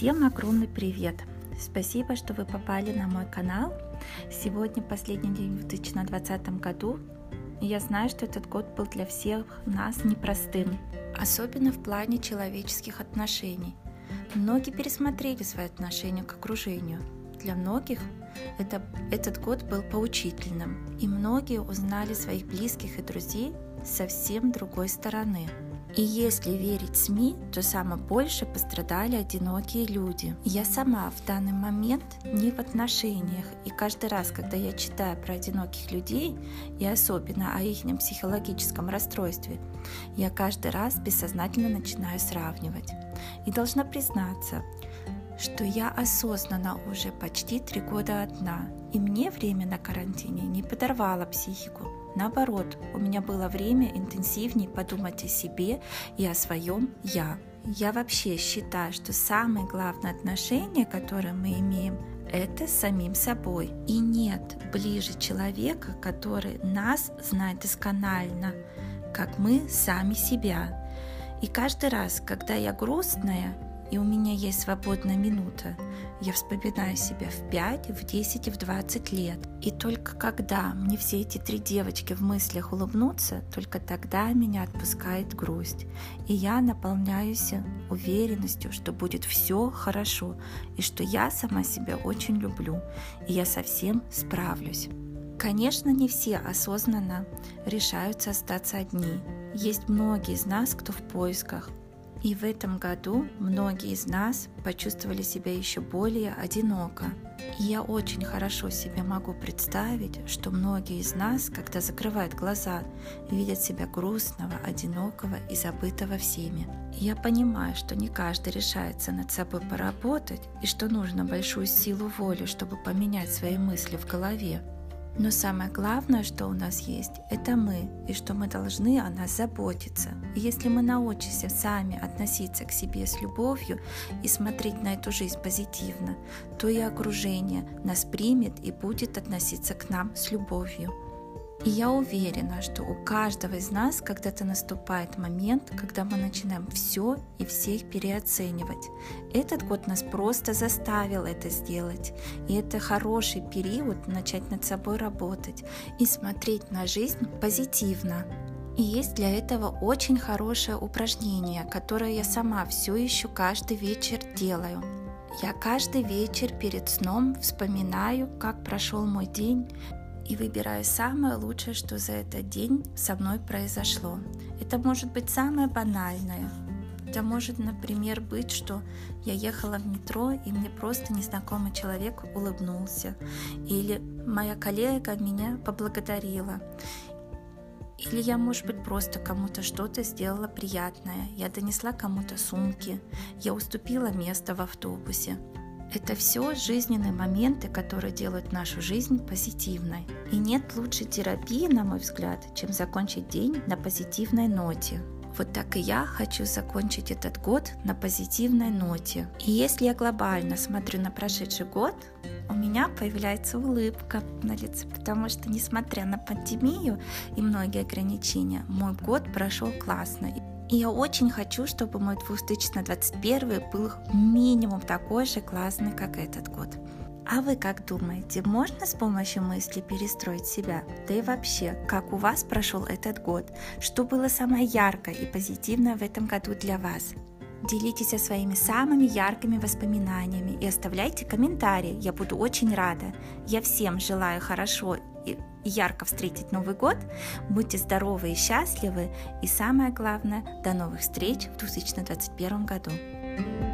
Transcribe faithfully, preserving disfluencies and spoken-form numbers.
Всем огромный привет! Спасибо, что вы попали на мой канал. Сегодня последний день в две тысячи двадцатом году. И я знаю, что этот год был для всех нас непростым, особенно в плане человеческих отношений. Многие пересмотрели свои отношения к окружению. Для многих это, этот год был поучительным, и многие узнали своих близких и друзей с совсем другой стороны. И если верить СМИ, то самое больше пострадали одинокие люди. Я сама в данный момент не в отношениях, и каждый раз, когда я читаю про одиноких людей, и особенно о их психологическом расстройстве, я каждый раз бессознательно начинаю сравнивать. И должна признаться, что я осознанно уже почти три года одна, и мне время на карантине не подорвало психику. Наоборот, у меня было время интенсивнее подумать о себе и о своем «я». Я вообще считаю, что самое главное отношение, которое мы имеем, это с самим собой. И нет ближе человека, который нас знает досконально, как мы сами себя. И каждый раз, когда я грустная, и у меня есть свободная минута, я вспоминаю себя в пять, в десять и в двадцать лет. И только когда мне все эти три девочки в мыслях улыбнутся, только тогда меня отпускает грусть. И я наполняюсь уверенностью, что будет все хорошо, и что я сама себя очень люблю, и я совсем справлюсь. Конечно, не все осознанно решаются остаться одни. Есть многие из нас, кто в поисках. И в этом году многие из нас почувствовали себя еще более одиноко. И я очень хорошо себе могу представить, что многие из нас, когда закрывают глаза, видят себя грустного, одинокого и забытого всеми. И я понимаю, что не каждый решается над собой поработать, и что нужно большую силу воли, чтобы поменять свои мысли в голове. Но самое главное, что у нас есть, это мы, и что мы должны о нас заботиться. И если мы научимся сами относиться к себе с любовью и смотреть на эту жизнь позитивно, то и окружение нас примет и будет относиться к нам с любовью. И я уверена, что у каждого из нас когда-то наступает момент, когда мы начинаем все и всех переоценивать. Этот год нас просто заставил это сделать. И это хороший период начать над собой работать и смотреть на жизнь позитивно. И есть для этого очень хорошее упражнение, которое я сама все еще каждый вечер делаю. Я каждый вечер перед сном вспоминаю, как прошел мой день, и выбираю самое лучшее, что за этот день со мной произошло. Это может быть самое банальное. Это может, например, быть, что я ехала в метро, и мне просто незнакомый человек улыбнулся. Или моя коллега меня поблагодарила. Или я, может быть, просто кому-то что-то сделала приятное. Я донесла кому-то сумки. Я уступила место в автобусе. Это все жизненные моменты, которые делают нашу жизнь позитивной. И нет лучшей терапии, на мой взгляд, чем закончить день на позитивной ноте. Вот так и я хочу закончить этот год на позитивной ноте. И если я глобально смотрю на прошедший год, у меня появляется улыбка на лице, потому что, несмотря на пандемию и многие ограничения, мой год прошел классно. И я очень хочу, чтобы мой две тысячи двадцать первый был минимум такой же классный, как этот год. А вы как думаете, можно с помощью мысли перестроить себя? Да и вообще, как у вас прошел этот год? Что было самое яркое и позитивное в этом году для вас? Делитесь своими самыми яркими воспоминаниями и оставляйте комментарии, я буду очень рада. Я всем желаю хорошо и ярко встретить Новый год. Будьте здоровы и счастливы, и самое главное, до новых встреч в две тысячи двадцать первом году.